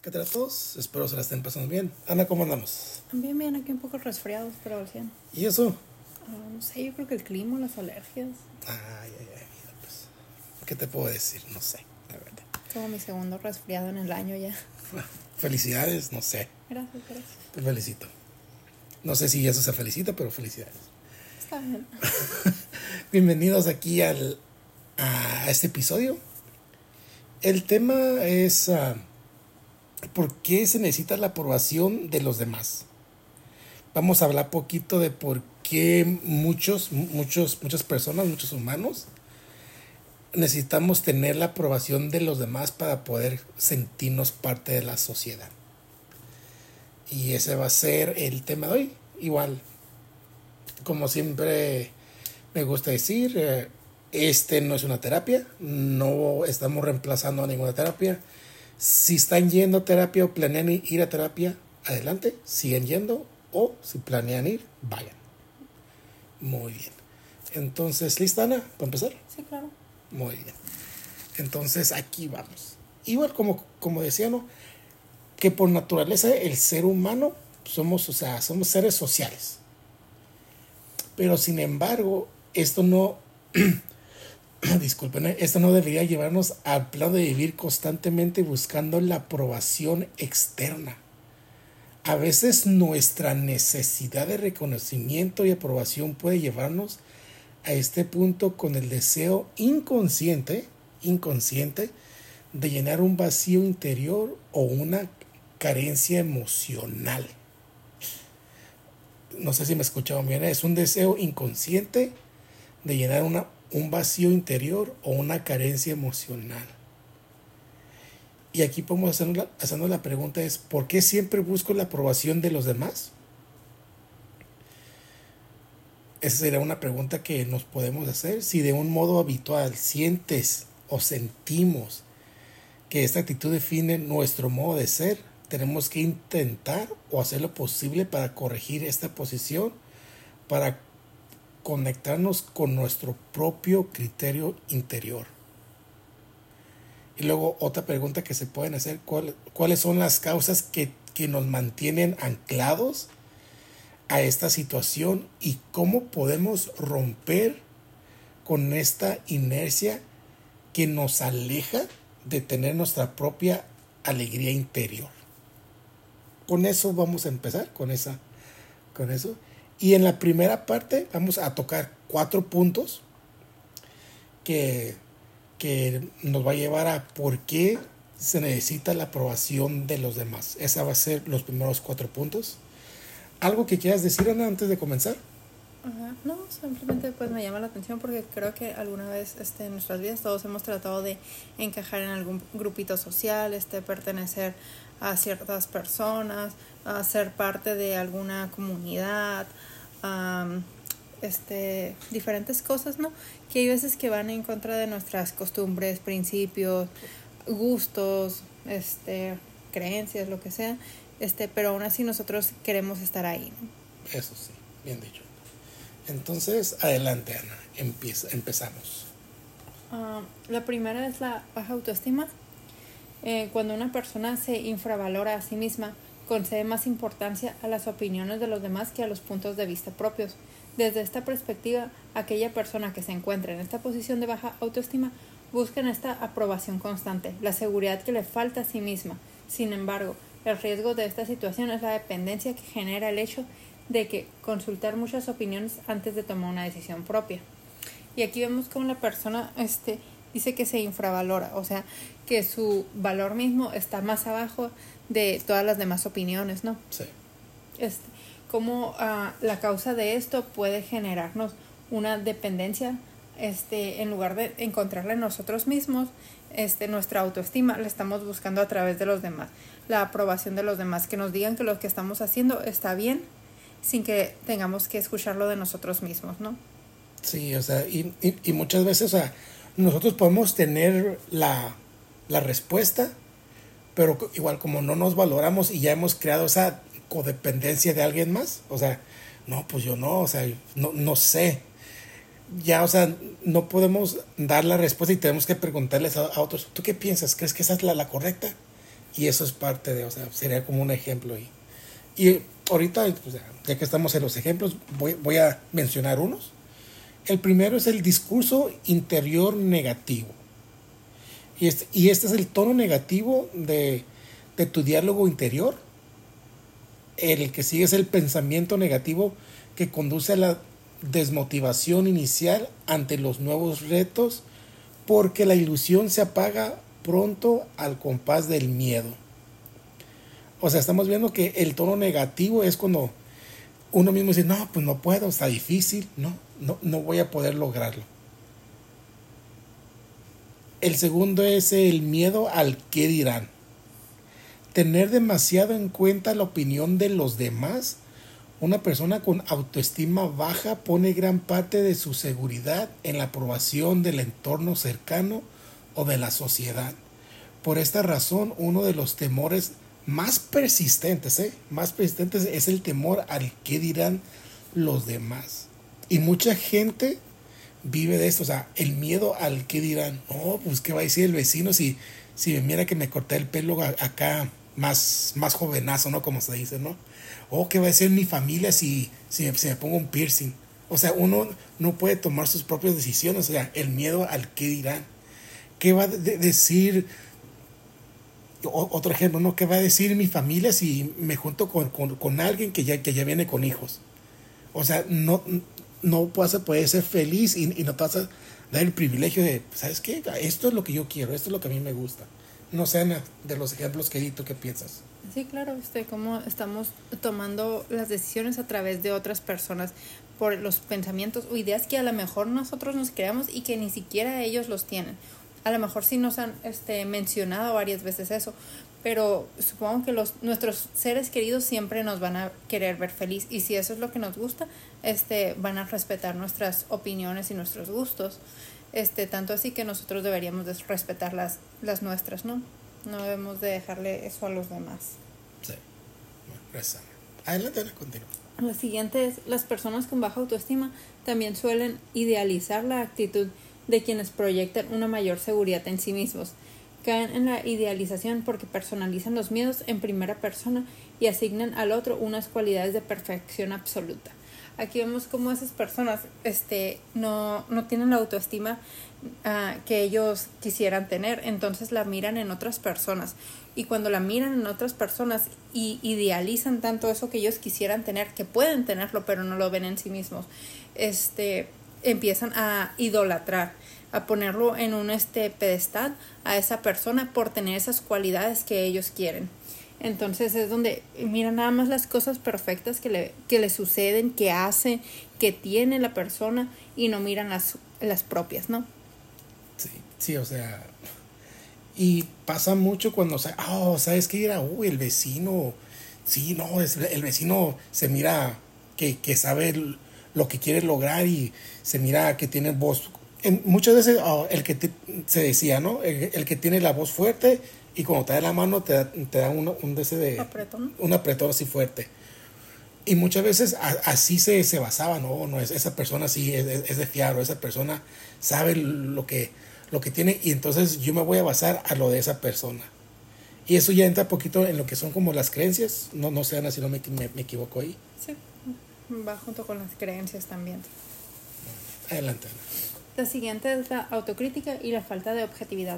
¿Qué tal a todos? Espero se la estén pasando bien. Ana, ¿cómo andamos? Bien, bien, aquí un poco resfriados, pero al 100. ¿Y eso? No sé, yo creo que el clima, las alergias. Mira, pues, ¿qué te puedo decir? No sé, la verdad. Como mi segundo resfriado en el año ya. Felicidades, no sé. Gracias, gracias. Te felicito. No sé si eso se felicita, pero felicidades. Está bien. Bienvenidos aquí a este episodio. El tema es ¿por qué se necesita la aprobación de los demás? Vamos a hablar poquito de por qué muchas personas, muchos humanos, necesitamos tener la aprobación de los demás para poder sentirnos parte de la sociedad. Y ese va a ser el tema de hoy. Igual, como siempre me gusta decir, este no es una terapia, no estamos reemplazando a ninguna terapia. Si están yendo a terapia o planean ir a terapia, adelante, siguen yendo, o si planean ir, vayan. Muy bien. Entonces, ¿lista, Ana, para empezar? Sí, claro. Muy bien. Entonces, aquí vamos. Igual como decía, ¿no? Que por naturaleza el ser humano somos seres sociales. Pero sin embargo, esto no disculpen, esto no debería llevarnos al plano de vivir constantemente buscando la aprobación externa. A veces nuestra necesidad de reconocimiento y aprobación puede llevarnos a este punto con el deseo inconsciente de llenar un vacío interior o una carencia emocional. No sé si me escucharon bien, es un deseo inconsciente de llenar un vacío interior o una carencia emocional. Y aquí podemos hacernos la pregunta es, ¿por qué siempre busco la aprobación de los demás? Esa sería una pregunta que nos podemos hacer. Si de un modo habitual sientes o sentimos que esta actitud define nuestro modo de ser, tenemos que intentar o hacer lo posible para corregir esta posición, para conectarnos con nuestro propio criterio interior. Y luego otra pregunta que se pueden hacer, ¿cuáles son las causas que nos mantienen anclados a esta situación y cómo podemos romper con esta inercia que nos aleja de tener nuestra propia alegría interior? Con eso vamos a empezar, con eso. Y en la primera parte vamos a tocar 4 puntos que nos va a llevar a por qué se necesita la aprobación de los demás. Esa va a ser los primeros 4 puntos. ¿Algo que quieras decir, Ana, antes de comenzar? No, simplemente pues me llama la atención porque creo que alguna vez en nuestras vidas todos hemos tratado de encajar en algún grupito social, pertenecer a ciertas personas, a ser parte de alguna comunidad, diferentes cosas, ¿no? Que hay veces que van en contra de nuestras costumbres, principios, gustos, creencias, lo que sea, pero aún así nosotros queremos estar ahí, ¿no? Eso sí, bien dicho. Entonces, adelante, Ana, empezamos. La primera es la baja autoestima. Cuando una persona se infravalora a sí misma, concede más importancia a las opiniones de los demás que a los puntos de vista propios. Desde esta perspectiva, aquella persona que se encuentra en esta posición de baja autoestima busca en esta aprobación constante, la seguridad que le falta a sí misma. Sin embargo, el riesgo de esta situación es la dependencia que genera el hecho de que consultar muchas opiniones antes de tomar una decisión propia. Y aquí vemos cómo la persona dice que se infravalora, o sea, que su valor mismo está más abajo de todas las demás opiniones, ¿no? Sí. Cómo la causa de esto puede generarnos una dependencia, en lugar de encontrarla en nosotros mismos, nuestra autoestima la estamos buscando a través de los demás, la aprobación de los demás, que nos digan que lo que estamos haciendo está bien, sin que tengamos que escucharlo de nosotros mismos, ¿no? Sí, o sea, y muchas veces, o sea, nosotros podemos tener la respuesta, pero igual como no nos valoramos y ya hemos creado esa codependencia de alguien más, o sea, no, pues yo no, o sea, no sé. Ya, o sea, no podemos dar la respuesta y tenemos que preguntarles a otros, ¿tú qué piensas? ¿Crees que esa es la correcta? Y eso es parte de, o sea, sería como un ejemplo ahí. Y ahorita, pues, ya que estamos en los ejemplos, voy a mencionar unos. El primero es el discurso interior negativo. Y este es el tono negativo de tu diálogo interior. El que sigue es el pensamiento negativo que conduce a la desmotivación inicial ante los nuevos retos, porque la ilusión se apaga pronto al compás del miedo. O sea, estamos viendo que el tono negativo es cuando uno mismo dice, no, pues no puedo, está difícil, no voy a poder lograrlo. El segundo es el miedo al qué dirán. Tener demasiado en cuenta la opinión de los demás. Una persona con autoestima baja pone gran parte de su seguridad en la aprobación del entorno cercano o de la sociedad. Por esta razón, uno de los temores más persistentes es el temor al qué dirán los demás. Y mucha gente vive de esto, o sea, el miedo al qué dirán. No, pues qué va a decir el vecino si me mira que me corté el pelo acá más jovenazo, ¿no? Como se dice, ¿no? O qué va a decir mi familia si me pongo un piercing. O sea, uno no puede tomar sus propias decisiones, o sea, el miedo al qué dirán. ¿Qué va a decir? Otro ejemplo, ¿no? ¿Qué va a decir mi familia si me junto con alguien que ya viene con hijos? O sea, no vas a poder ser feliz y no te vas a dar el privilegio de, ¿sabes qué? Esto es lo que yo quiero, esto es lo que a mí me gusta. No sé, Ana, de los ejemplos que di, ¿tú qué piensas? Sí, claro, cómo estamos tomando las decisiones a través de otras personas por los pensamientos o ideas que a lo mejor nosotros nos creamos y que ni siquiera ellos los tienen. A lo mejor sí nos han mencionado varias veces eso, pero supongo que nuestros seres queridos siempre nos van a querer ver feliz, y si eso es lo que nos gusta, van a respetar nuestras opiniones y nuestros gustos. Tanto así que nosotros deberíamos de respetar las nuestras, ¿no? No debemos de dejarle eso a los demás. Sí. Gracias. Adelante, continúa. Lo siguiente es, las personas con baja autoestima también suelen idealizar la actitud de quienes proyectan una mayor seguridad en sí mismos. Caen en la idealización porque personalizan los miedos en primera persona y asignan al otro unas cualidades de perfección absoluta. Aquí vemos cómo esas personas no tienen la autoestima que ellos quisieran tener, entonces la miran en otras personas, y cuando la miran en otras personas y idealizan tanto eso que ellos quisieran tener, que pueden tenerlo pero no lo ven en sí mismos, empiezan a idolatrar, a ponerlo en un pedestal a esa persona por tener esas cualidades que ellos quieren. Entonces es donde miran nada más las cosas perfectas que le suceden, que hace, que tiene la persona, y no miran las propias, ¿no? Sí, o sea, y pasa mucho cuando, ¿sabes qué? Era, el vecino, sí, no, el vecino se mira que sabe lo que quiere lograr y se mira que tiene voz. Muchas veces el que se decía, ¿no? El que tiene la voz fuerte, y cuando te da la mano te da apretón. Un apretón así fuerte. Y muchas veces así se basaba, no, esa persona sí es de fiar, o esa persona sabe lo que tiene, y entonces yo me voy a basar a lo de esa persona. Y eso ya entra un poquito en lo que son como las creencias. No sé, Ana, si no me equivoco ahí. Sí, va junto con las creencias también. Adelante, Ana. La siguiente es la autocrítica y la falta de objetividad.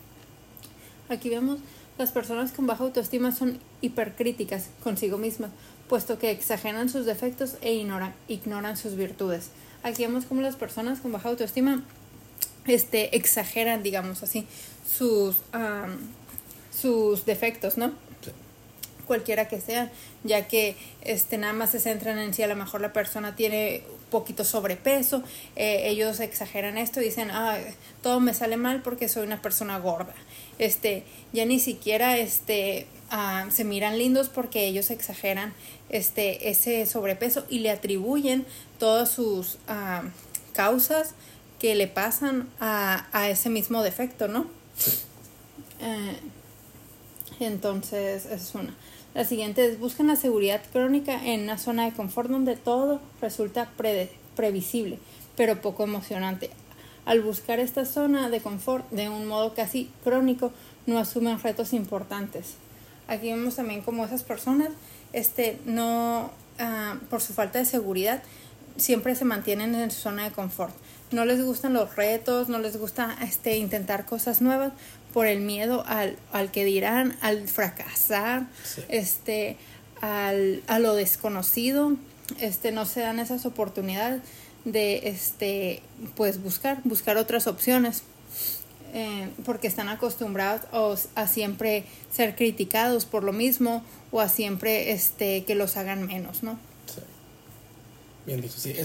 Aquí vemos, las personas con baja autoestima son hipercríticas consigo mismas, puesto que exageran sus defectos e ignoran sus virtudes. Aquí vemos cómo las personas con baja autoestima exageran, digamos así, sus defectos, ¿no? Sí. Cualquiera que sea, ya que nada más se centran en si a lo mejor la persona tiene poquito sobrepeso, ellos exageran esto y dicen, todo me sale mal porque soy una persona gorda. Ya ni siquiera se miran lindos porque ellos exageran ese sobrepeso y le atribuyen todas sus causas que le pasan a ese mismo defecto, ¿no? Entonces, esa es una. La siguiente es, buscan la seguridad crónica en una zona de confort donde todo resulta previsible, pero poco emocionante. Al buscar esta zona de confort de un modo casi crónico, no asumen retos importantes. Aquí vemos también como esas personas no por su falta de seguridad siempre se mantienen en su zona de confort. No les gustan los retos, no les gusta intentar cosas nuevas por el miedo al que dirán, al fracasar, sí. A lo desconocido. No se dan esas oportunidades de pues buscar otras opciones, porque están acostumbrados a siempre ser criticados por lo mismo, o a siempre que los hagan menos, ¿no? Sí. Bien dicho, sí.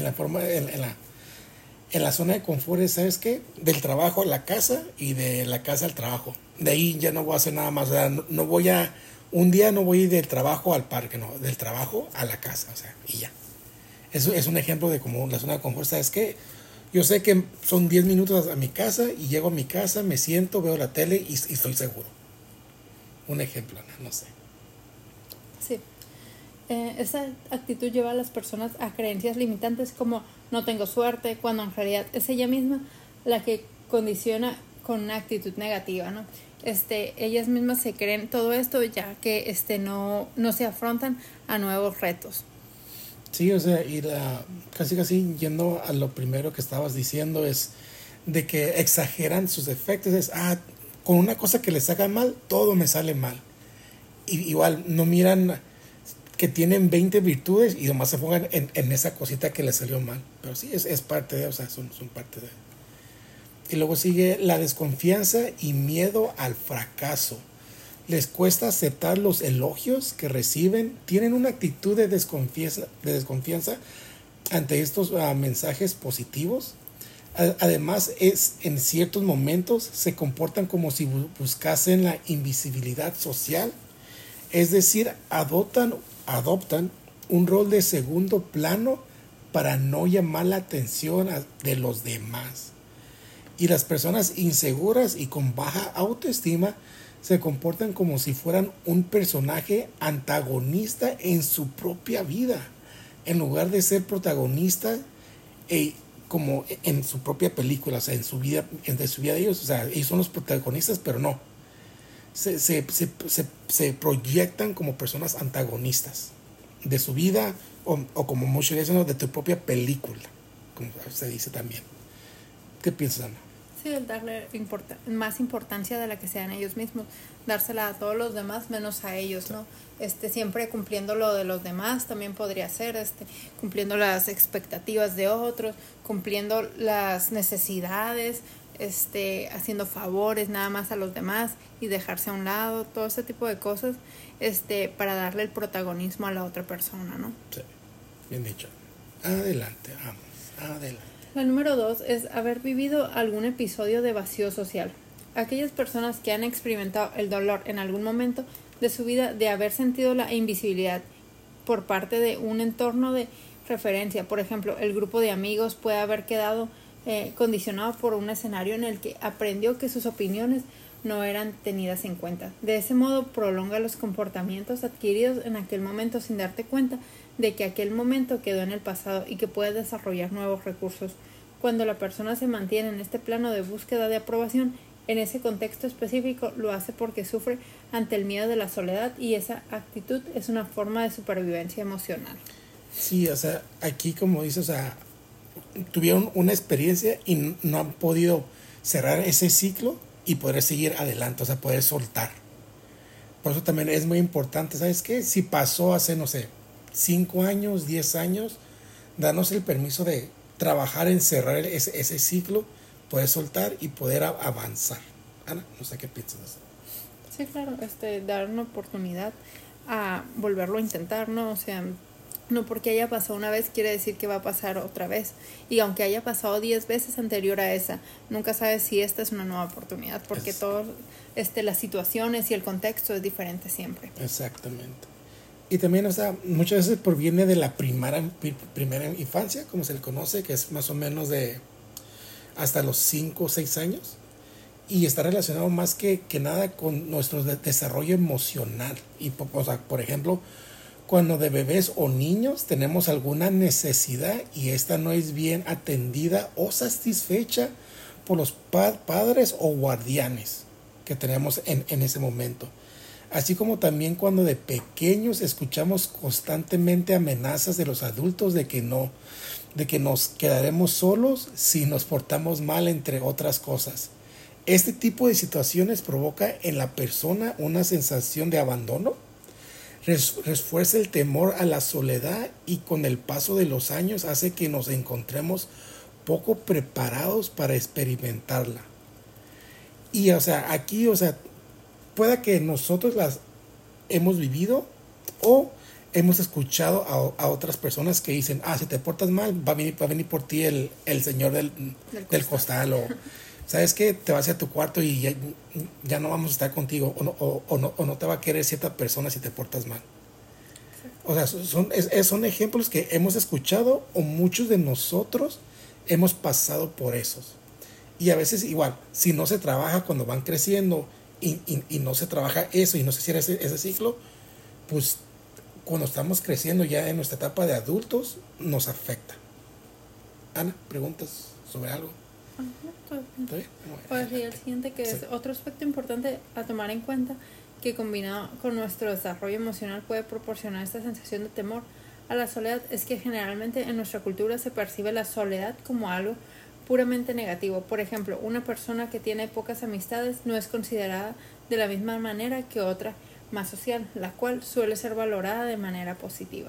En la zona de confort, ¿sabes qué? Del trabajo a la casa y de la casa al trabajo. De ahí ya no voy a hacer nada más. O sea, un día no voy a ir del trabajo al parque, no, del trabajo a la casa, o sea, y ya. Eso es un ejemplo de cómo la zona de confort, ¿sabes qué? Yo sé que son 10 minutos a mi casa y llego a mi casa, me siento, veo la tele y estoy seguro. Un ejemplo, no sé. Sí. Esa actitud lleva a las personas a creencias limitantes como no tengo suerte, cuando en realidad es ella misma la que condiciona con una actitud negativa, ¿no? Ellas mismas se creen todo esto ya que no se afrontan a nuevos retos. Sí, o sea, y casi yendo a lo primero que estabas diciendo es de que exageran sus defectos. Con una cosa que les haga mal, todo me sale mal. Igual no miran que tienen 20 virtudes y nomás se pongan en esa cosita que les salió mal. Pero sí, es parte de, o sea, son parte de. Y luego sigue la desconfianza y miedo al fracaso. Les cuesta aceptar los elogios que reciben. Tienen una actitud de desconfianza ante estos mensajes positivos. Además, en ciertos momentos se comportan como si buscasen la invisibilidad social. Es decir, adoptan un rol de segundo plano para no llamar la atención de los demás. Y las personas inseguras y con baja autoestima se comportan como si fueran un personaje antagonista en su propia vida, en lugar de ser protagonistas como en su propia película, o sea, en su vida de ellos. O sea, ellos son los protagonistas, pero no. Se proyectan como personas antagonistas de su vida, o como muchos dicen, de tu propia película, como se dice también. ¿Qué piensas, Ana? Sí, el darle más importancia de la que sean ellos mismos, dársela a todos los demás menos a ellos, ¿no? Siempre cumpliendo lo de los demás también podría ser, cumpliendo las expectativas de otros, cumpliendo las necesidades, haciendo favores nada más a los demás y dejarse a un lado, todo ese tipo de cosas, para darle el protagonismo a la otra persona, ¿no? Sí, bien dicho. Adelante, vamos, adelante. La número 2 es haber vivido algún episodio de vacío social. Aquellas personas que han experimentado el dolor en algún momento de su vida de haber sentido la invisibilidad por parte de un entorno de referencia. Por ejemplo, el grupo de amigos puede haber quedado condicionado por un escenario en el que aprendió que sus opiniones no eran tenidas en cuenta. De ese modo prolonga los comportamientos adquiridos en aquel momento sin darte cuenta de que aquel momento quedó en el pasado y que puede desarrollar nuevos recursos. Cuando la persona se mantiene en este plano de búsqueda de aprobación, en ese contexto específico lo hace porque sufre ante el miedo de la soledad, y esa actitud es una forma de supervivencia emocional. Sí, o sea, aquí como dices, o sea, tuvieron una experiencia y no han podido cerrar ese ciclo y poder seguir adelante, o sea, poder soltar. Por eso también es muy importante, ¿sabes qué? Si pasó hace, no sé, 5 años, 10 años, darnos el permiso de trabajar en cerrar ese ciclo, poder soltar y poder avanzar. Ana, no sé qué piensas de eso. Sí, claro, dar una oportunidad a volverlo a intentar, ¿no? O sea, no porque haya pasado una vez quiere decir que va a pasar otra vez. Y aunque haya pasado 10 veces anterior a esa, nunca sabes si esta es una nueva oportunidad, porque todas las situaciones y el contexto es diferente siempre. Exactamente. Y también, o sea, muchas veces proviene de la primera infancia, como se le conoce, que es más o menos de hasta los 5 o 6 años. Y está relacionado más que nada con nuestro desarrollo emocional. Y, o sea, por ejemplo, cuando de bebés o niños tenemos alguna necesidad y esta no es bien atendida o satisfecha por los padres o guardianes. que tenemos en ese momento. Así como también cuando de pequeños escuchamos constantemente amenazas de los adultos de que nos quedaremos solos si nos portamos mal, entre otras cosas. Este tipo de situaciones provoca en la persona una sensación de abandono, refuerza el temor a la soledad y con el paso de los años hace que nos encontremos poco preparados para experimentarla. Y aquí, pueda que nosotros las hemos vivido o hemos escuchado a otras personas que dicen, si te portas mal, va a venir por ti el señor del costal, o sabes que te vas a tu cuarto y ya no vamos a estar contigo, o no te va a querer cierta persona si te portas mal. O sea, son ejemplos que hemos escuchado o muchos de nosotros hemos pasado por esos. Y a veces igual, si no se trabaja cuando van creciendo y no se trabaja eso y no se cierra ese ciclo, pues cuando estamos creciendo ya en nuestra etapa de adultos nos afecta. Ana, ¿preguntas sobre algo? ¿Está bien? Pues sí, el siguiente que es otro aspecto importante a tomar en cuenta, que combinado con nuestro desarrollo emocional puede proporcionar esta sensación de temor a la soledad, es que generalmente en nuestra cultura se percibe la soledad como algo puramente negativo. Por ejemplo, una persona que tiene pocas amistades no es considerada de la misma manera que otra más social, la cual suele ser valorada de manera positiva.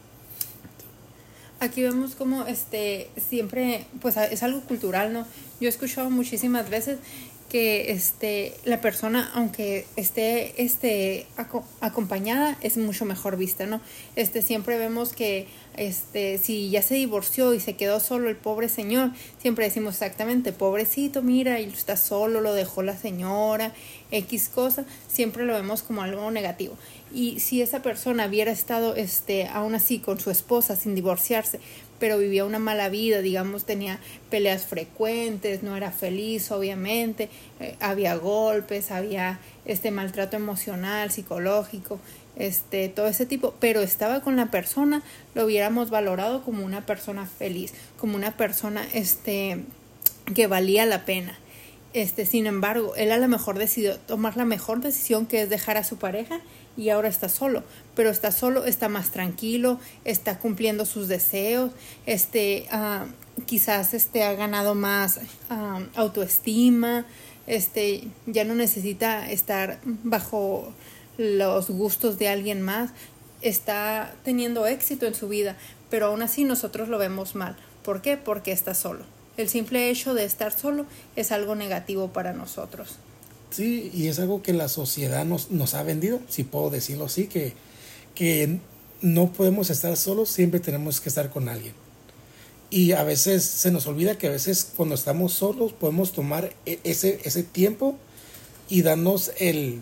Aquí vemos como siempre, pues es algo cultural, ¿no? Yo he escuchado muchísimas veces que la persona, aunque esté acompañada, es mucho mejor vista, ¿no? Siempre vemos que si ya se divorció y se quedó solo el pobre señor, siempre decimos exactamente, pobrecito, mira, y está solo, lo dejó la señora, X cosa, siempre lo vemos como algo negativo. Y si esa persona hubiera estado aún así con su esposa sin divorciarse, pero vivía una mala vida, digamos, tenía peleas frecuentes, no era feliz, obviamente, había golpes, había maltrato emocional, psicológico, todo ese tipo, pero estaba con la persona, lo hubiéramos valorado como una persona feliz, como una persona que valía la pena. Sin embargo, él a lo mejor decidió tomar la mejor decisión, que es dejar a su pareja, y ahora está solo, pero está solo, está más tranquilo, está cumpliendo sus deseos, quizás ha ganado más autoestima, ya no necesita estar bajo los gustos de alguien más, está teniendo éxito en su vida, pero aún así nosotros lo vemos mal. ¿Por qué? Porque está solo. El simple hecho de estar solo es algo negativo para nosotros. Sí, y es algo que la sociedad nos ha vendido, si puedo decirlo así, que no podemos estar solos, siempre tenemos que estar con alguien. Y a veces se nos olvida que a veces cuando estamos solos podemos tomar ese tiempo y darnos el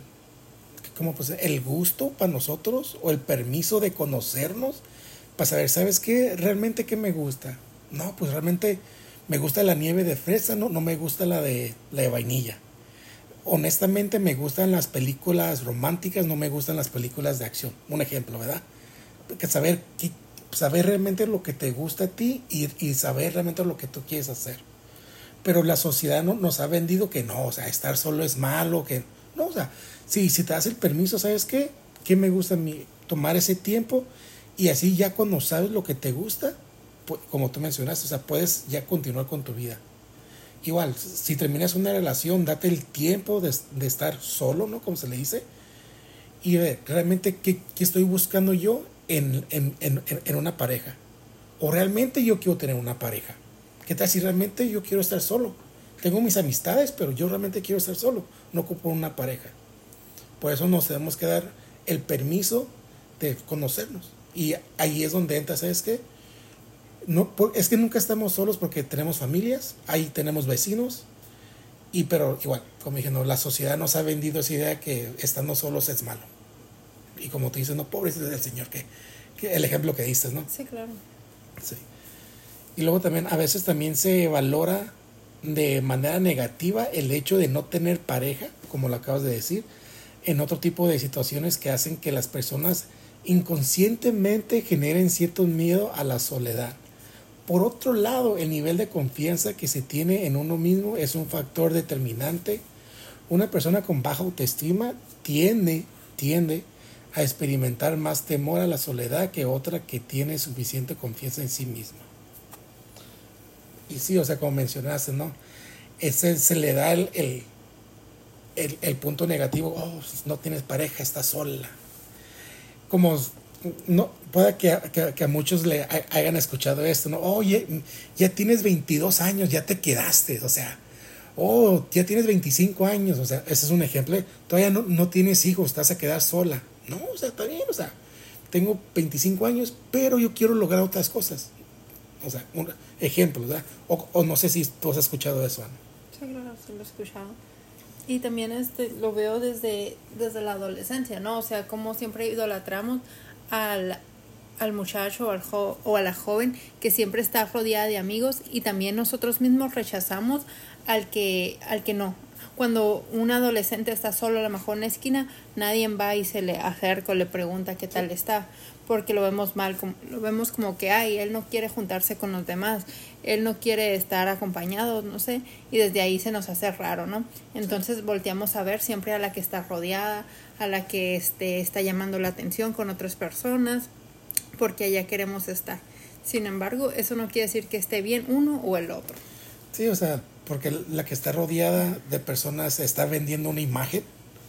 gusto para nosotros o el permiso de conocernos para saber, ¿sabes qué? ¿Realmente qué me gusta? No, pues realmente me gusta la nieve de fresa, no me gusta la de vainilla. Honestamente me gustan las películas románticas, no me gustan las películas de acción. Un ejemplo, ¿verdad? Que saber realmente lo que te gusta a ti y saber realmente lo que tú quieres hacer. Pero la sociedad nos ha vendido que no, estar solo es malo, que no, si te das el permiso, ¿sabes qué? ¿Qué me gusta a mí? Tomar ese tiempo y así ya cuando sabes lo que te gusta, pues, como tú mencionaste, puedes ya continuar con tu vida. Igual, si terminas una relación, date el tiempo de estar solo, ¿no? Como se le dice. Y ver, realmente, ¿qué estoy buscando yo en una pareja? ¿O realmente yo quiero tener una pareja? ¿Qué tal si realmente yo quiero estar solo? Tengo mis amistades, pero yo realmente quiero estar solo. No ocupo una pareja. Por eso nos tenemos que dar el permiso de conocernos. Y ahí es donde entra, ¿sabes qué? No, es que nunca estamos solos porque tenemos familias, ahí tenemos vecinos, pero igual, como dije, no, la sociedad nos ha vendido esa idea que estando solos es malo. Y como tú dices, no, pobre es el Señor, que el ejemplo que diste, ¿no? Sí, claro. Sí. Y luego también, a veces también se valora de manera negativa el hecho de no tener pareja, como lo acabas de decir, en otro tipo de situaciones que hacen que las personas inconscientemente generen cierto miedo a la soledad. Por otro lado, el nivel de confianza que se tiene en uno mismo es un factor determinante Una persona con baja autoestima tiende a experimentar más temor a la soledad que otra que tiene suficiente confianza en sí misma. Y sí, o sea, como mencionaste, ¿no? Ese se le da el punto negativo. Oh, no tienes pareja, estás sola. Como no pueda que a muchos le hayan escuchado esto, ¿no? Oye, ya tienes 22 años, ya te quedaste, o sea, oh, ya tienes 25 años, o sea, ese es un ejemplo. Todavía no tienes hijos, estás a quedar sola. No, o sea, está bien, o sea, tengo 25 años, pero yo quiero lograr otras cosas. O sea, un ejemplo, ¿verdad? O no sé si tú has escuchado eso, Ana. Sí, claro, sí lo he escuchado. Y también lo veo desde la adolescencia, ¿no? O sea, como siempre idolatramos al muchacho o a la joven que siempre está rodeada de amigos, y también nosotros mismos rechazamos al que no. Cuando un adolescente está solo a lo mejor en la esquina, nadie va y se le acerca o le pregunta qué tal está, porque lo vemos mal, lo vemos como que él no quiere juntarse con los demás, él no quiere estar acompañado, no sé, y desde ahí se nos hace raro, ¿no? Entonces volteamos a ver siempre a la que está rodeada, a la que está llamando la atención con otras personas, porque allá queremos estar. Sin embargo, eso no quiere decir que esté bien uno o el otro. Sí, o sea, porque la que está rodeada de personas está vendiendo una imagen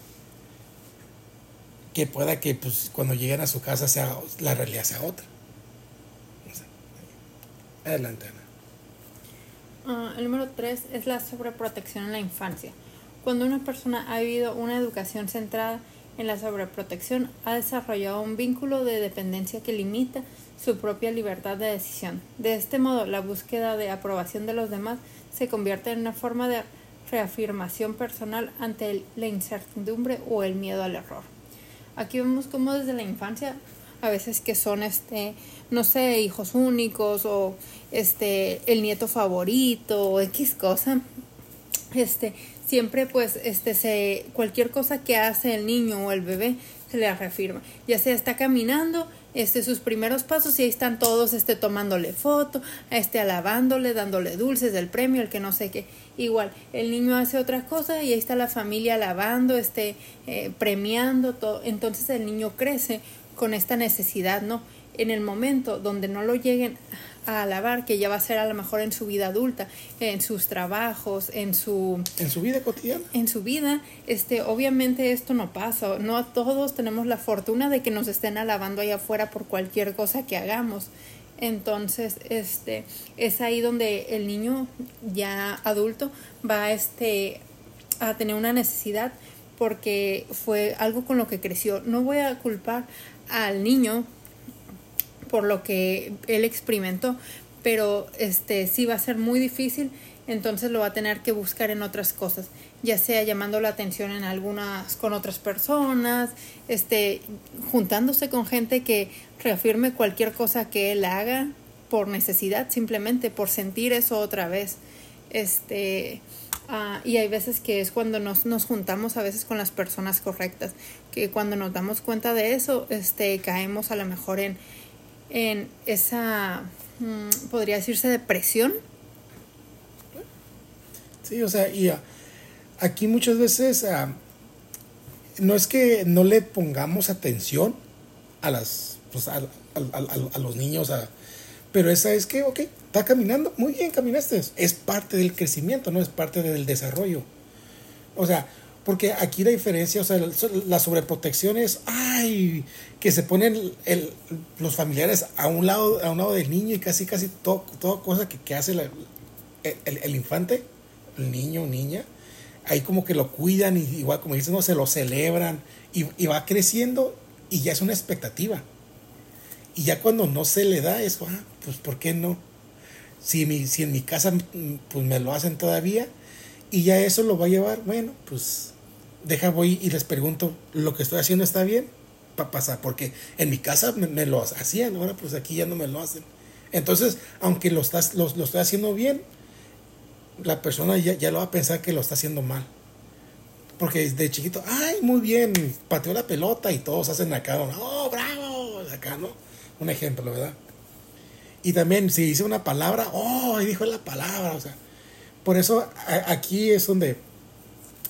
que pueda que pues cuando lleguen a su casa la realidad sea otra. O sea, adelante, Ana. El número 3 es la sobreprotección en la infancia. Cuando una persona ha vivido una educación centrada en la sobreprotección, ha desarrollado un vínculo de dependencia que limita su propia libertad de decisión. De este modo, la búsqueda de aprobación de los demás se convierte en una forma de reafirmación personal ante la incertidumbre o el miedo al error. Aquí vemos cómo desde la infancia, a veces que son no sé, hijos únicos o el nieto favorito o X cosa, siempre pues cualquier cosa que hace el niño o el bebé se le reafirma, ya sea está caminando, sus primeros pasos, y ahí están todos tomándole foto, alabándole, dándole dulces del premio, el que no sé qué. Igual el niño hace otra cosa y ahí está la familia alabando, premiando todo. Entonces el niño crece con esta necesidad, ¿no? En el momento donde no lo lleguen a alabar, que ya va a ser a lo mejor en su vida adulta, en sus trabajos, en su vida cotidiana, en su vida, obviamente esto no pasa, no todos tenemos la fortuna de que nos estén alabando allá afuera por cualquier cosa que hagamos. Entonces es ahí donde el niño ya adulto va a tener una necesidad, porque fue algo con lo que creció. No voy a culpar al niño por lo que él experimentó, pero sí va a ser muy difícil. Entonces lo va a tener que buscar en otras cosas, ya sea llamando la atención con otras personas, juntándose con gente que reafirme cualquier cosa que él haga por necesidad, simplemente por sentir eso otra vez. Y hay veces que es cuando nos juntamos a veces con las personas correctas, que cuando nos damos cuenta de eso, caemos a lo mejor en esa, podría decirse, depresión. Sí, o sea, y aquí muchas veces no es que no le pongamos atención a los niños, pero esa es que, ok, está caminando, muy bien, caminaste, es parte del crecimiento, no es parte del desarrollo. O sea, porque aquí la diferencia, o sea, la sobreprotección es, que se ponen los familiares a un lado del niño, y casi toda cosa que hace el infante, el niño o niña, ahí como que lo cuidan, y igual como dices, no, se lo celebran, y va creciendo, y ya es una expectativa. Y ya cuando no se le da eso, pues ¿por qué no? Si en mi casa pues me lo hacen todavía, y ya eso lo va a llevar, bueno, pues voy y les pregunto, ¿lo que estoy haciendo está bien? Para pasar, porque en mi casa me lo hacían, ahora pues aquí ya no me lo hacen. Entonces, aunque lo estoy haciendo bien, la persona ya lo va a pensar que lo está haciendo mal. Porque de chiquito, muy bien, pateó la pelota, y todos hacen acá, ¡oh, bravo! Acá, ¿no? Un ejemplo, ¿verdad? Y también si dice una palabra, ahí dijo la palabra, o sea. Por eso aquí es donde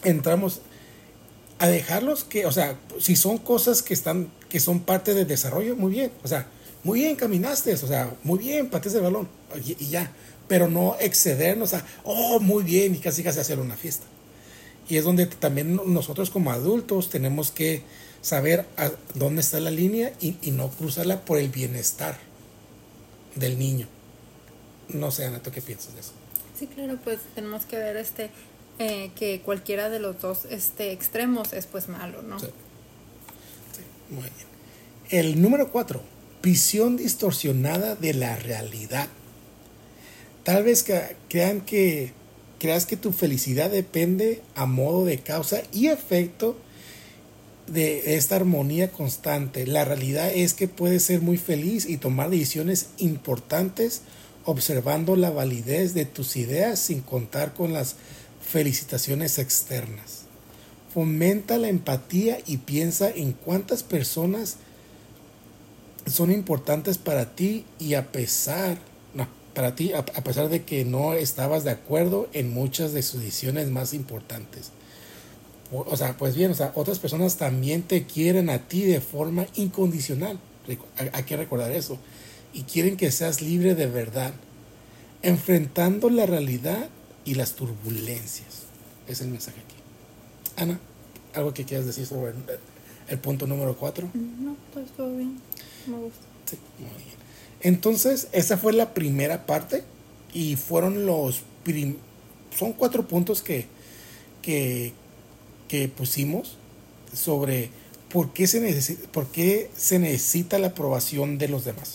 entramos a dejarlos que, o sea, si son cosas que son parte del desarrollo, muy bien, o sea, muy bien caminaste, o sea, muy bien, pateaste el balón y ya, pero no excedernos a, oh, muy bien, y casi casi hacer una fiesta. Y es donde también nosotros como adultos tenemos que saber a dónde está la línea y no cruzarla por el bienestar del niño. No sé, Ana, ¿tú qué piensas de eso? Sí, claro, pues tenemos que ver que cualquiera de los dos extremos es pues malo, ¿no? Sí, sí, muy bien. El número 4, visión distorsionada de la realidad. Tal vez creas que tu felicidad depende a modo de causa y efecto de esta armonía constante. La realidad es que puedes ser muy feliz y tomar decisiones importantes observando la validez de tus ideas sin contar con las felicitaciones externas. Fomenta la empatía y piensa en cuántas personas son importantes para ti y para ti a pesar de que no estabas de acuerdo en muchas de sus decisiones más importantes. O sea, pues bien, o sea, otras personas también te quieren a ti de forma incondicional. Hay que recordar eso. Y quieren que seas libre de verdad, enfrentando la realidad y las turbulencias. Es el mensaje aquí. Ana, ¿algo que quieras decir sobre el punto número 4? No, todo bien, me gusta. Sí, muy bien. Entonces, esa fue la primera parte y fueron son 4 puntos que, que pusimos sobre por qué se necesita la aprobación de los demás.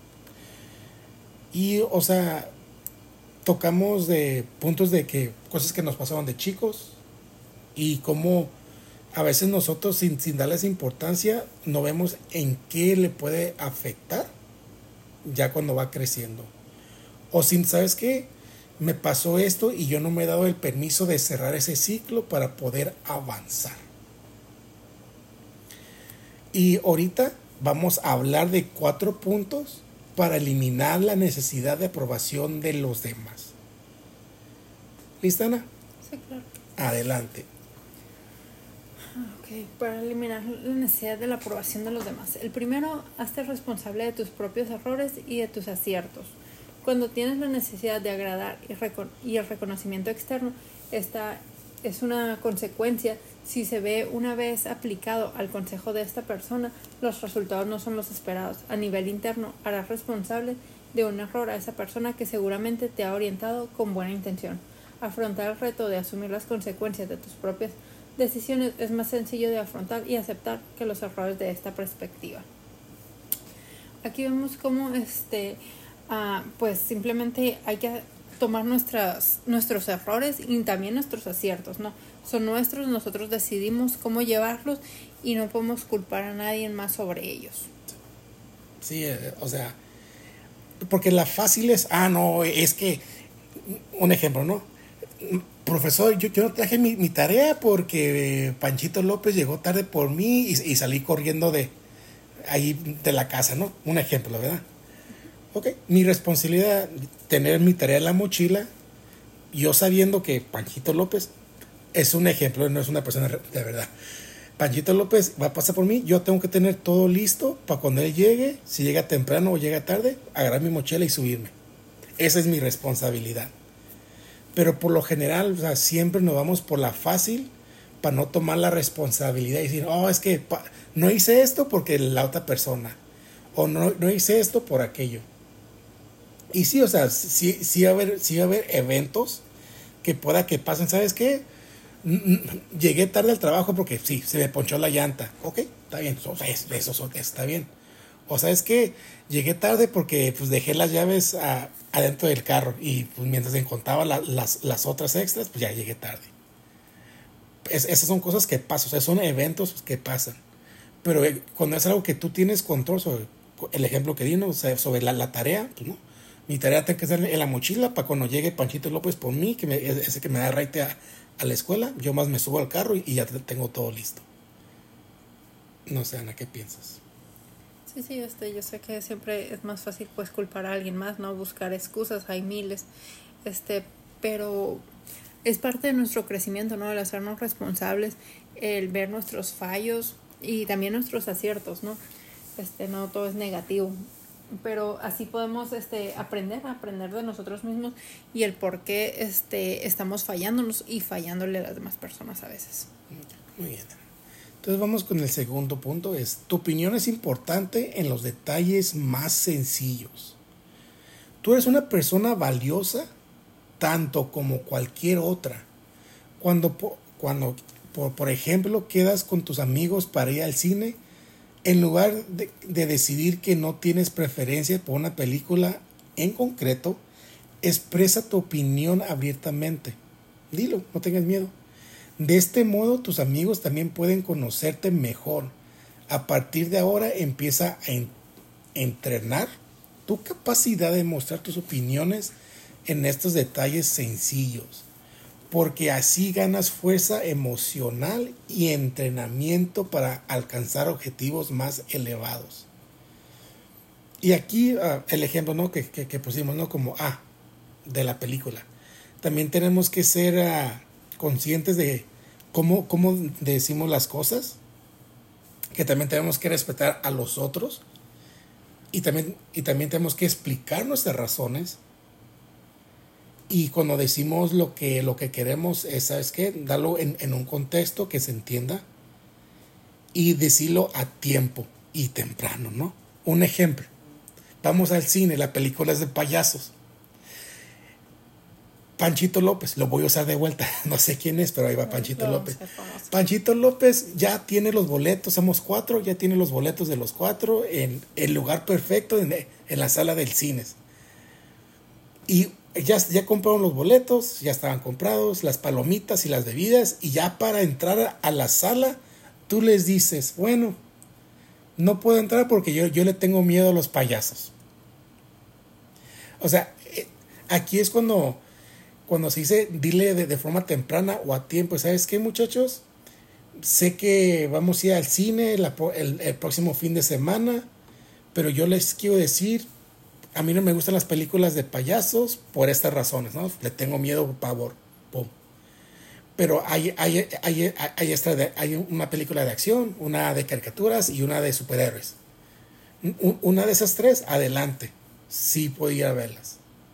Y, o sea, tocamos de puntos de que cosas que nos pasaban de chicos y cómo a veces nosotros sin darles importancia no vemos en qué le puede afectar ya cuando va creciendo. O sin, ¿sabes qué? Me pasó esto y yo no me he dado el permiso de cerrar ese ciclo para poder avanzar. Y ahorita vamos a hablar de 4 puntos para eliminar la necesidad de aprobación de los demás. ¿Lista, Ana? Sí, claro. Adelante. Ok, para eliminar la necesidad de la aprobación de los demás. El primero, hazte responsable de tus propios errores y de tus aciertos. Cuando tienes la necesidad de agradar y el reconocimiento externo, esta es una consecuencia. Si se ve una vez aplicado al consejo de esta persona, los resultados no son los esperados. A nivel interno, harás responsable de un error a esa persona que seguramente te ha orientado con buena intención. Afrontar el reto de asumir las consecuencias de tus propias decisiones es más sencillo de afrontar y aceptar que los errores de esta perspectiva. Aquí vemos cómo pues simplemente hay que tomar nuestros errores y también nuestros aciertos, ¿no? Son nuestros, nosotros decidimos cómo llevarlos y no podemos culpar a nadie más sobre ellos. Sí, o sea, porque la fácil es, no, es que, un ejemplo, ¿no? Profesor, yo no traje mi tarea porque Panchito López llegó tarde por mí y salí corriendo de la casa, ¿no? Un ejemplo, ¿verdad? Ok, mi responsabilidad tener mi tarea en la mochila, yo sabiendo que Panchito López es un ejemplo, no es una persona de verdad. Panchito López va a pasar por mí, yo tengo que tener todo listo para cuando él llegue, si llega temprano o llega tarde, agarrar mi mochila y subirme. Esa es mi responsabilidad. Pero por lo general, o sea, siempre nos vamos por la fácil para no tomar la responsabilidad y decir, es que no hice esto porque la otra persona, o no hice esto por aquello. Y sí, o sea, sí va a haber eventos que pueda que pasen, ¿sabes qué? Llegué tarde al trabajo porque sí, se me ponchó la llanta. Ok, está bien, eso está bien. O sabes qué, llegué tarde porque pues dejé las llaves adentro del carro y pues mientras encontraba las otras extras, pues ya llegué tarde. Esas son cosas que pasan, o sea, son eventos que pasan. Pero cuando es algo que tú tienes control sobre, el ejemplo que di, ¿no? O sea, sobre la tarea, pues no. Mi tarea tiene que ser en la mochila para cuando llegue Panchito López por mí, ese que me da raite a la escuela, yo más me subo al carro y ya tengo todo listo. No sé, Ana, ¿qué piensas? Sí, yo sé que siempre es más fácil pues culpar a alguien más, ¿no? Buscar excusas, hay miles, pero es parte de nuestro crecimiento, ¿no? El hacernos responsables, el ver nuestros fallos y también nuestros aciertos, ¿no? No todo es negativo, pero así podemos aprender de nosotros mismos y el por qué estamos fallándonos y fallándole a las demás personas a veces. Muy bien. Entonces vamos con el segundo punto, tu opinión es importante en los detalles más sencillos. Tú eres una persona valiosa tanto como cualquier otra. Cuando por ejemplo, quedas con tus amigos para ir al cine, en lugar de decidir que no tienes preferencia por una película en concreto, expresa tu opinión abiertamente. Dilo, no tengas miedo. De este modo, tus amigos también pueden conocerte mejor. A partir de ahora, empieza a entrenar tu capacidad de mostrar tus opiniones en estos detalles sencillos, porque así ganas fuerza emocional y entrenamiento para alcanzar objetivos más elevados. Y aquí el ejemplo, ¿no? que pusimos, ¿no? Como de la película. También tenemos que ser conscientes de cómo decimos las cosas, que también tenemos que respetar a los otros y también tenemos que explicar nuestras razones. Y cuando decimos lo que queremos es, ¿sabes qué? Darlo en un contexto que se entienda y decirlo a tiempo y temprano, ¿no? Un ejemplo. Vamos al cine, la película es de payasos. Panchito López, lo voy a usar de vuelta, no sé quién es, pero ahí va Panchito López. Panchito López ya tiene los boletos, somos 4, ya tiene los boletos de los 4 en el lugar perfecto en la sala del cine. Y ya compraron los boletos, ya estaban comprados, las palomitas y las bebidas, y ya para entrar a la sala, tú les dices, bueno, no puedo entrar porque yo le tengo miedo a los payasos. O sea, aquí es cuando se dice, dile de forma temprana o a tiempo, ¿sabes qué, muchachos? Sé que vamos a ir al cine el próximo fin de semana, pero yo les quiero decir, a mí no me gustan las películas de payasos por estas razones, ¿no? Le tengo miedo, pavor, pum. Pero hay una película de acción, una de caricaturas y una de superhéroes. Una de esas 3, adelante. Sí puedo ir a verlas.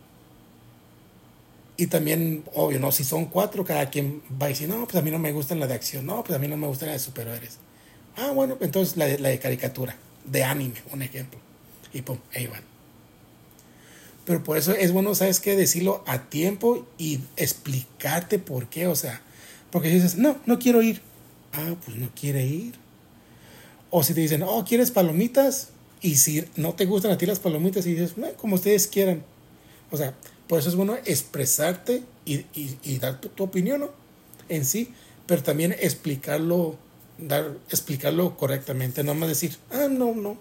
Y también, obvio, ¿no? Si son 4, cada quien va a decir, no, pues a mí no me gustan las de acción, no, pues a mí no me gustan las de superhéroes. Bueno, entonces la de caricatura, de anime, un ejemplo. Y pum, ahí van. Pero por eso es bueno, ¿sabes qué? Decirlo a tiempo y explicarte por qué, o sea, porque si dices, no quiero ir. Pues no quiere ir. O si te dicen, ¿quieres palomitas? Y si no te gustan a ti las palomitas y dices, como ustedes quieran. O sea, por eso es bueno expresarte y dar tu opinión, ¿no? En sí, pero también explicarlo correctamente, no más decir, no.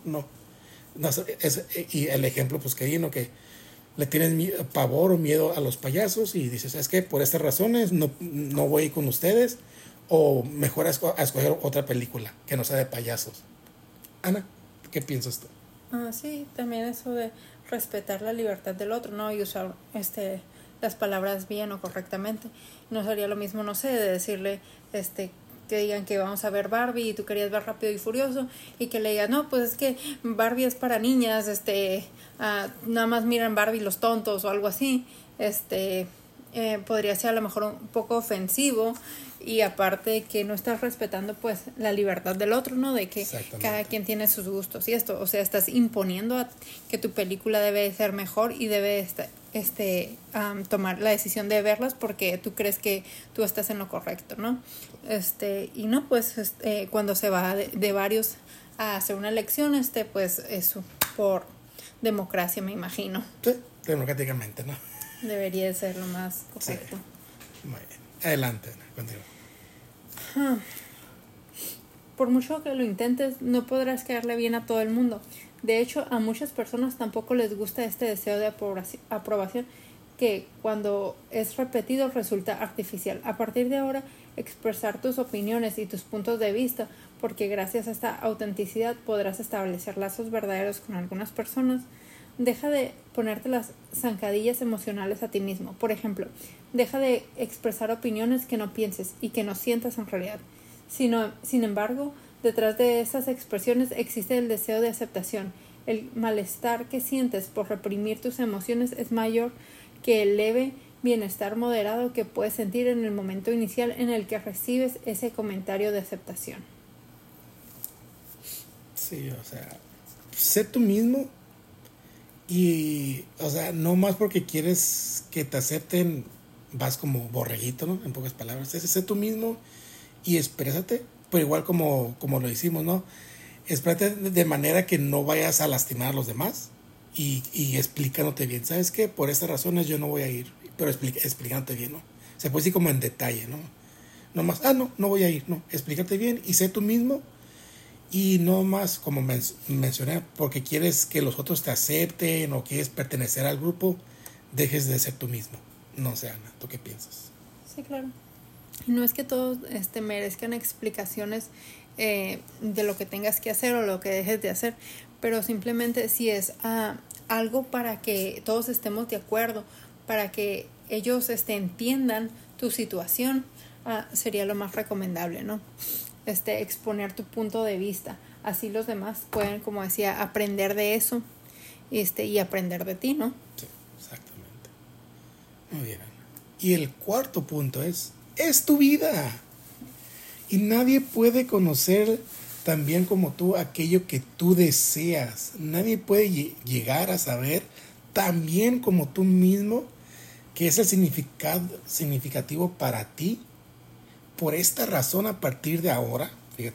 Y el ejemplo, pues que vino, que le tienes pavor o miedo a los payasos y dices, es que por estas razones no voy a ir con ustedes, o mejor a escoger otra película que no sea de payasos. Ana, ¿qué piensas tú? Sí, también eso de respetar la libertad del otro, ¿no? Y usar las palabras bien o correctamente. No sería lo mismo, no sé, de decirle que digan que vamos a ver Barbie y tú querías ver Rápido y Furioso y que le digas, no, pues es que Barbie es para niñas, nada más miran Barbie los tontos o algo así. Podría ser a lo mejor un poco ofensivo, y aparte que no estás respetando pues la libertad del otro, ¿no? De que cada quien tiene sus gustos y esto, o sea, estás imponiendo que tu película debe ser mejor y debe tomar la decisión de verlas porque tú crees que tú estás en lo correcto, ¿no? Y no, pues cuando se va de varios a hacer una elección, pues eso por democracia, me imagino. Sí, democráticamente, ¿no? Debería de ser lo más correcto. Sí. Muy bien. Adelante, continúa. Por mucho que lo intentes, no podrás caerle bien a todo el mundo. De hecho, a muchas personas tampoco les gusta este deseo de aprobación que cuando es repetido resulta artificial. A partir de ahora, expresar tus opiniones y tus puntos de vista, porque gracias a esta autenticidad podrás establecer lazos verdaderos con algunas personas. Deja de ponerte las zancadillas emocionales a ti mismo. Por ejemplo, deja de expresar opiniones que no pienses y que no sientas en realidad. Sin embargo, detrás de esas expresiones existe el deseo de aceptación. El malestar que sientes por reprimir tus emociones es mayor que el leve bienestar moderado que puedes sentir en el momento inicial en el que recibes ese comentario de aceptación. Sí, o sea, sé tú mismo y, o sea, no más porque quieres que te acepten, vas como borreguito, ¿no? En pocas palabras, sé tú mismo y exprésate, pero igual como lo hicimos, ¿no? Exprésate de manera que no vayas a lastimar a los demás y explicándote bien. ¿Sabes qué? Por estas razones yo no voy a ir, pero explicándote bien, ¿no? Se puede decir como en detalle, ¿no? No más, no voy a ir, no. Explícate bien y sé tú mismo y no más, como mencioné, porque quieres que los otros te acepten o quieres pertenecer al grupo, dejes de ser tú mismo. No sé, Ana, ¿tú qué piensas? Sí, claro. Y no es que todos merezcan explicaciones de lo que tengas que hacer o lo que dejes de hacer, pero simplemente si es algo para que todos estemos de acuerdo, para que ellos entiendan tu situación, sería lo más recomendable, ¿no? Exponer tu punto de vista. Así los demás pueden, como decía, aprender de eso y aprender de ti, ¿no? Sí, exactamente. Muy bien, Ana. Y el cuarto punto es tu vida. Y nadie puede conocer tan bien como tú aquello que tú deseas. Nadie puede llegar a saber tan bien como tú mismo que es el significativo para ti. Por esta razón, a partir de ahora,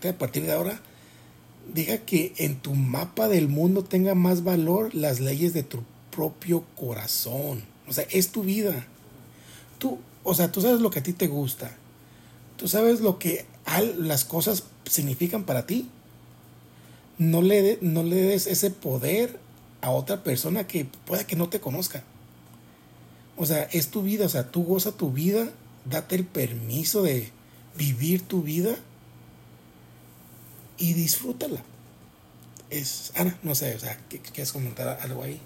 diga que en tu mapa del mundo tenga más valor las leyes de tu propio corazón. O sea, es tu vida. Tú sabes lo que a ti te gusta. Tú sabes lo que las cosas significan para ti. No le des ese poder a otra persona que pueda que no te conozca. O sea, es tu vida. O sea, tú goza tu vida. Date el permiso de vivir tu vida y disfrútala. Ana, no sé, o sea, ¿quieres comentar algo ahí?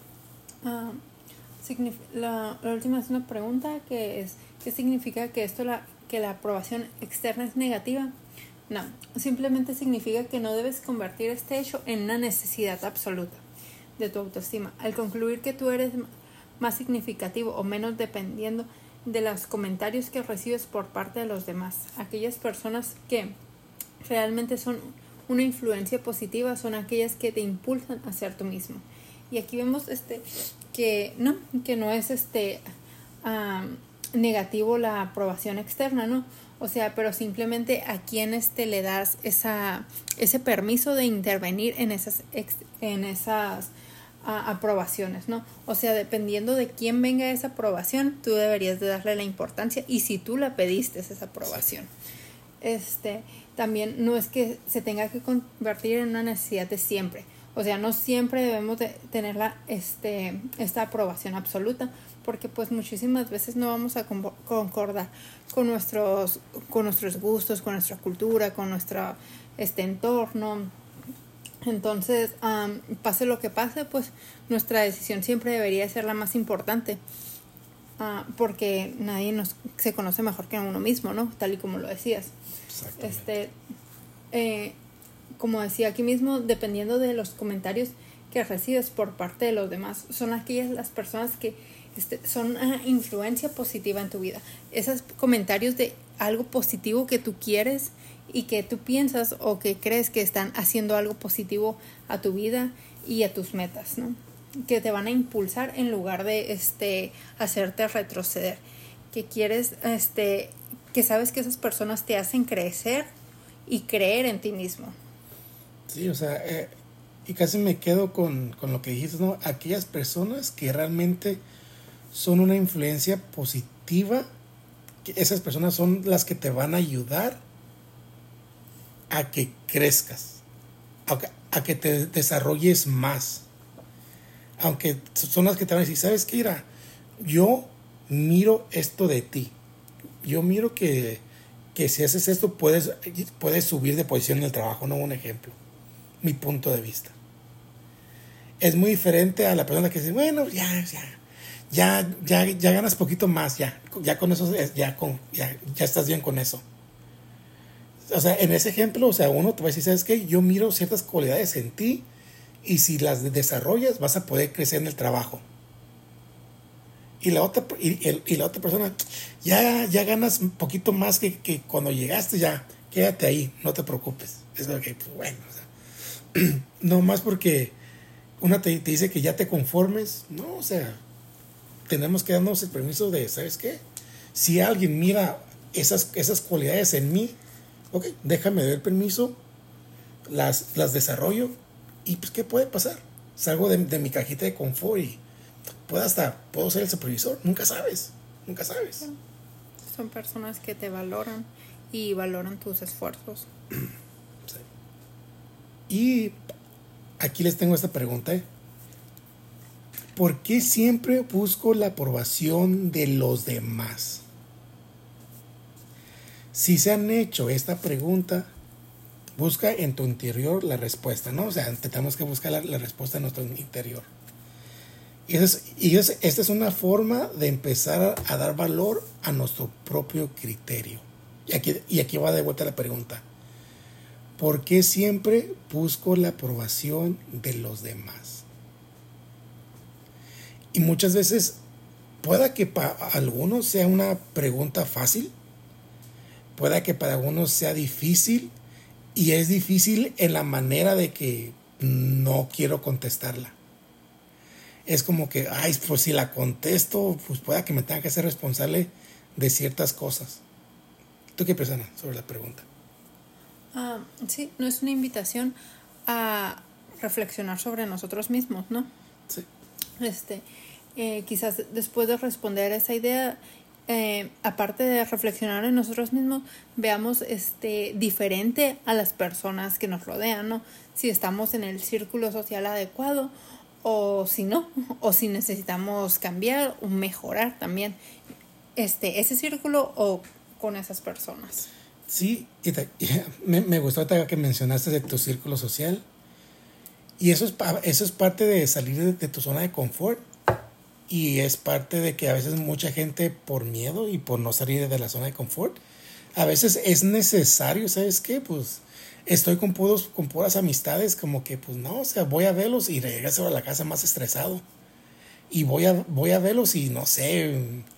La última es una pregunta que es, ¿qué significa que que la aprobación externa es negativa? No, simplemente significa que no debes convertir este hecho en una necesidad absoluta de tu autoestima. Al concluir que tú eres más significativo o menos dependiendo de los comentarios que recibes por parte de los demás. Aquellas personas que realmente son una influencia positiva son aquellas que te impulsan a ser tú mismo. Y aquí vemos que no es negativo la aprobación externa, ¿no? O sea, pero simplemente a quién le das ese permiso de intervenir en esas aprobaciones, ¿no? O sea, dependiendo de quién venga esa aprobación, tú deberías de darle la importancia y si tú la pediste esa aprobación. También no es que se tenga que convertir en una necesidad de siempre. O sea, no siempre debemos de tener esta aprobación absoluta, porque pues muchísimas veces no vamos a concordar con nuestros gustos, con nuestra cultura, con nuestro entorno. Entonces, pase lo que pase, pues nuestra decisión siempre debería ser la más importante, porque nadie se conoce mejor que uno mismo, ¿no? Tal y como lo decías. Como decía aquí mismo, dependiendo de los comentarios que recibes por parte de los demás, son aquellas las personas que son una influencia positiva en tu vida. Esos comentarios de algo positivo que tú quieres y que tú piensas o que crees que están haciendo algo positivo a tu vida y a tus metas, ¿no? Que te van a impulsar en lugar de hacerte retroceder. Que quieres, que sabes que esas personas te hacen crecer y creer en ti mismo. Sí, o sea, y casi me quedo con lo que dijiste, ¿no? Aquellas personas que realmente son una influencia positiva, que esas personas son las que te van a ayudar a que crezcas, a que te desarrolles más. Aunque son las que te van a decir, ¿sabes qué? Mira, yo miro esto de ti. Yo miro que si haces esto puedes subir de posición en el trabajo, no un ejemplo. Mi punto de vista. es muy diferente a la persona que dice, bueno, ya ganas poquito más, ya con eso, ya estás bien con eso. O sea, en ese ejemplo, o sea, uno te va a decir, ¿sabes qué? Yo miro ciertas cualidades en ti y si las desarrollas vas a poder crecer en el trabajo. Y la otra persona, ya ganas un poquito más que cuando llegaste, ya quédate ahí, no te preocupes. Es lo que, pues, bueno, o sea, no más porque una te dice que ya te conformes, no, o sea, tenemos que darnos el permiso de, ¿sabes qué? Si alguien mira esas cualidades en mí, ok, déjame ver el permiso, las desarrollo y pues ¿qué puede pasar? Salgo de mi cajita de confort y puedo ser el supervisor, nunca sabes. Son personas que te valoran y valoran tus esfuerzos. Sí. Y aquí les tengo esta pregunta. ¿Por qué siempre busco la aprobación de los demás? Si se han hecho esta pregunta, busca en tu interior la respuesta, ¿no? O sea, tenemos que buscar la respuesta en nuestro interior. Esta es una forma de empezar a dar valor a nuestro propio criterio. Y aquí va de vuelta la pregunta. ¿Por qué siempre busco la aprobación de los demás? Y muchas veces pueda que para algunos sea una pregunta fácil, pueda que para algunos sea difícil, y es difícil en la manera de que no quiero contestarla. Es como que, pues si la contesto, pues pueda que me tenga que ser responsable de ciertas cosas. ¿Tú qué piensas, Ana, sobre la pregunta? Sí, no es una invitación a reflexionar sobre nosotros mismos, ¿no? Sí. Quizás después de responder esa idea, aparte de reflexionar en nosotros mismos, veamos diferente a las personas que nos rodean, ¿no? Si estamos en el círculo social adecuado o si no, o si necesitamos cambiar o mejorar también ese círculo o con esas personas. Sí, me gustó que mencionaste de tu círculo social. Y eso es parte de salir de tu zona de confort. Y es parte de que a veces mucha gente, por miedo y por no salir de la zona de confort, a veces es necesario, ¿sabes qué? Pues estoy con puras amistades, como que pues no, o sea, voy a verlos y regreso a la casa más estresado. Y voy a verlos y no sé,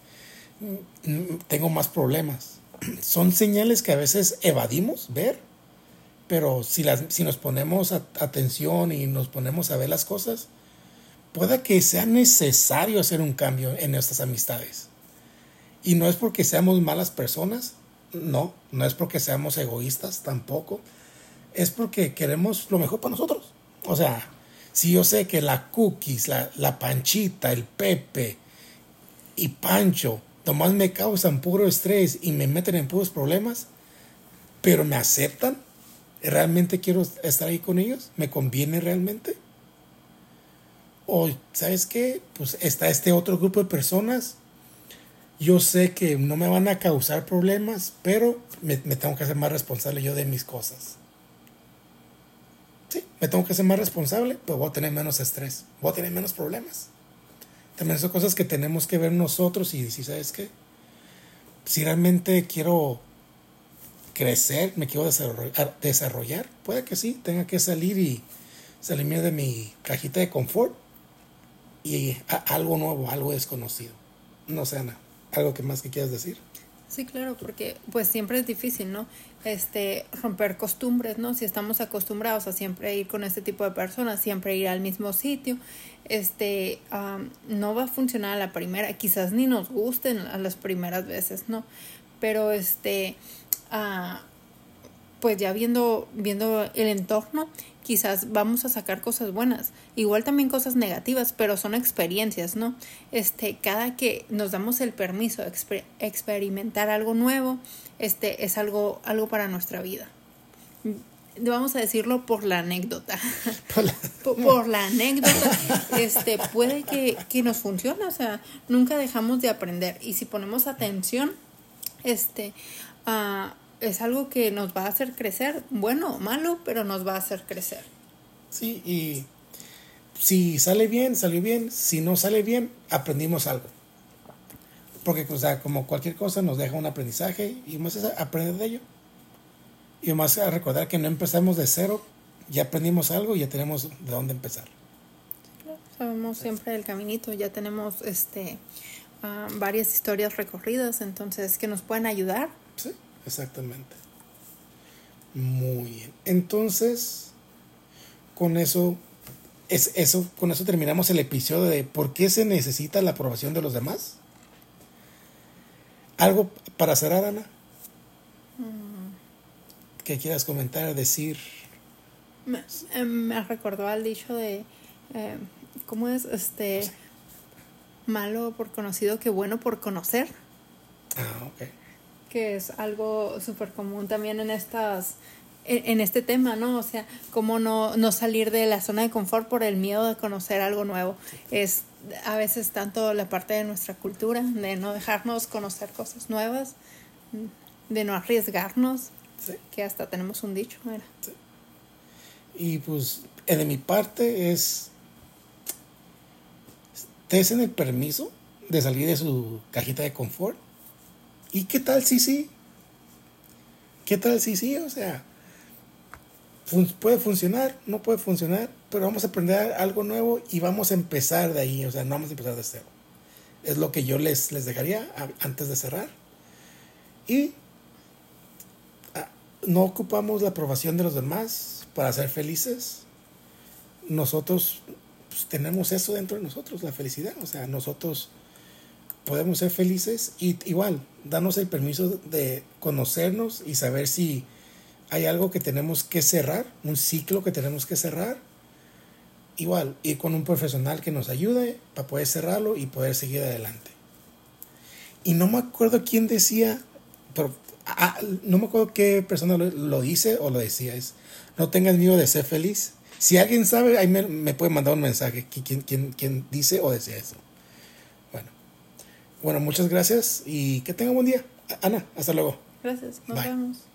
tengo más problemas. Son señales que a veces evadimos ver, pero si nos ponemos atención y nos ponemos a ver las cosas, pueda que sea necesario hacer un cambio en nuestras amistades. Y no es porque seamos malas personas, no es porque seamos egoístas tampoco, es porque queremos lo mejor para nosotros. O sea, si yo sé que la Cookies, la Panchita, el Pepe y Pancho nomás me causan puro estrés y me meten en puros problemas, pero me aceptan, ¿realmente quiero estar ahí con ellos? ¿Me conviene realmente? O, ¿sabes qué? Pues está este otro grupo de personas. Yo sé que no me van a causar problemas, pero me tengo que hacer más responsable yo de mis cosas. Sí, me tengo que hacer más responsable, pues voy a tener menos estrés, voy a tener menos problemas. También son cosas que tenemos que ver nosotros y decir, ¿sabes qué? Si realmente quiero crecer, me quiero desarrollar, puede que sí, tenga que salirme de mi cajita de confort y algo nuevo, algo desconocido. No sé, Ana, ¿algo que más que quieras decir? Sí, claro, porque pues siempre es difícil, ¿no? Romper costumbres, ¿no? Si estamos acostumbrados a siempre ir con este tipo de personas, siempre ir al mismo sitio, no va a funcionar a la primera, quizás ni nos gusten a las primeras veces, ¿no? Pero pues ya viendo el entorno, quizás vamos a sacar cosas buenas, igual también cosas negativas, pero son experiencias, ¿no? Cada que nos damos el permiso de experimentar algo nuevo, es algo para nuestra vida. Vamos a decirlo por la anécdota. Por la anécdota, puede que nos funcione, o sea, nunca dejamos de aprender, y si ponemos atención, es algo que nos va a hacer crecer, bueno o malo, pero nos va a hacer crecer. Sí, y Si sale bien, salió bien. Si no sale bien, aprendimos algo. Porque, o sea, como cualquier cosa nos deja un aprendizaje y más es aprender de ello. Y más a recordar que no empezamos de cero, ya aprendimos algo y ya tenemos de dónde empezar. Sabemos siempre el caminito, ya tenemos varias historias recorridas, entonces que nos pueden ayudar. Sí, exactamente. Muy bien. Entonces, con eso terminamos el episodio de ¿por qué se necesita la aprobación de los demás? ¿Algo para cerrar, Ana? ¿Qué quieras comentar, decir? Me recordó al dicho de ¿cómo es? Malo por conocido que bueno por conocer. Ok. Que es algo súper común también en este tema, ¿no? O sea, cómo no salir de la zona de confort por el miedo de conocer algo nuevo. Es a veces tanto la parte de nuestra cultura, de no dejarnos conocer cosas nuevas, de no arriesgarnos, sí, que hasta tenemos un dicho, mira. Sí. Y pues, de mi parte es, desen el permiso de salir de su cajita de confort. ¿Y qué tal si sí? ¿Qué tal si sí? O sea, puede funcionar, no puede funcionar, pero vamos a aprender algo nuevo y vamos a empezar de ahí, o sea, no vamos a empezar de cero. Es lo que yo les dejaría antes de cerrar. Y no ocupamos la aprobación de los demás para ser felices. Nosotros pues, tenemos eso dentro de nosotros, la felicidad. O sea, nosotros podemos ser felices y igual, darnos el permiso de conocernos y saber si hay algo que tenemos que cerrar, un ciclo que tenemos que cerrar. Igual, ir con un profesional que nos ayude para poder cerrarlo y poder seguir adelante. Y no me acuerdo quién decía, pero no me acuerdo qué persona lo dice o lo decía. Es, no tengas miedo de ser feliz. Si alguien sabe, ahí me puede mandar un mensaje. ¿Quién dice o decía eso? Bueno, muchas gracias y que tenga un buen día. Ana, hasta luego. Gracias, nos vemos.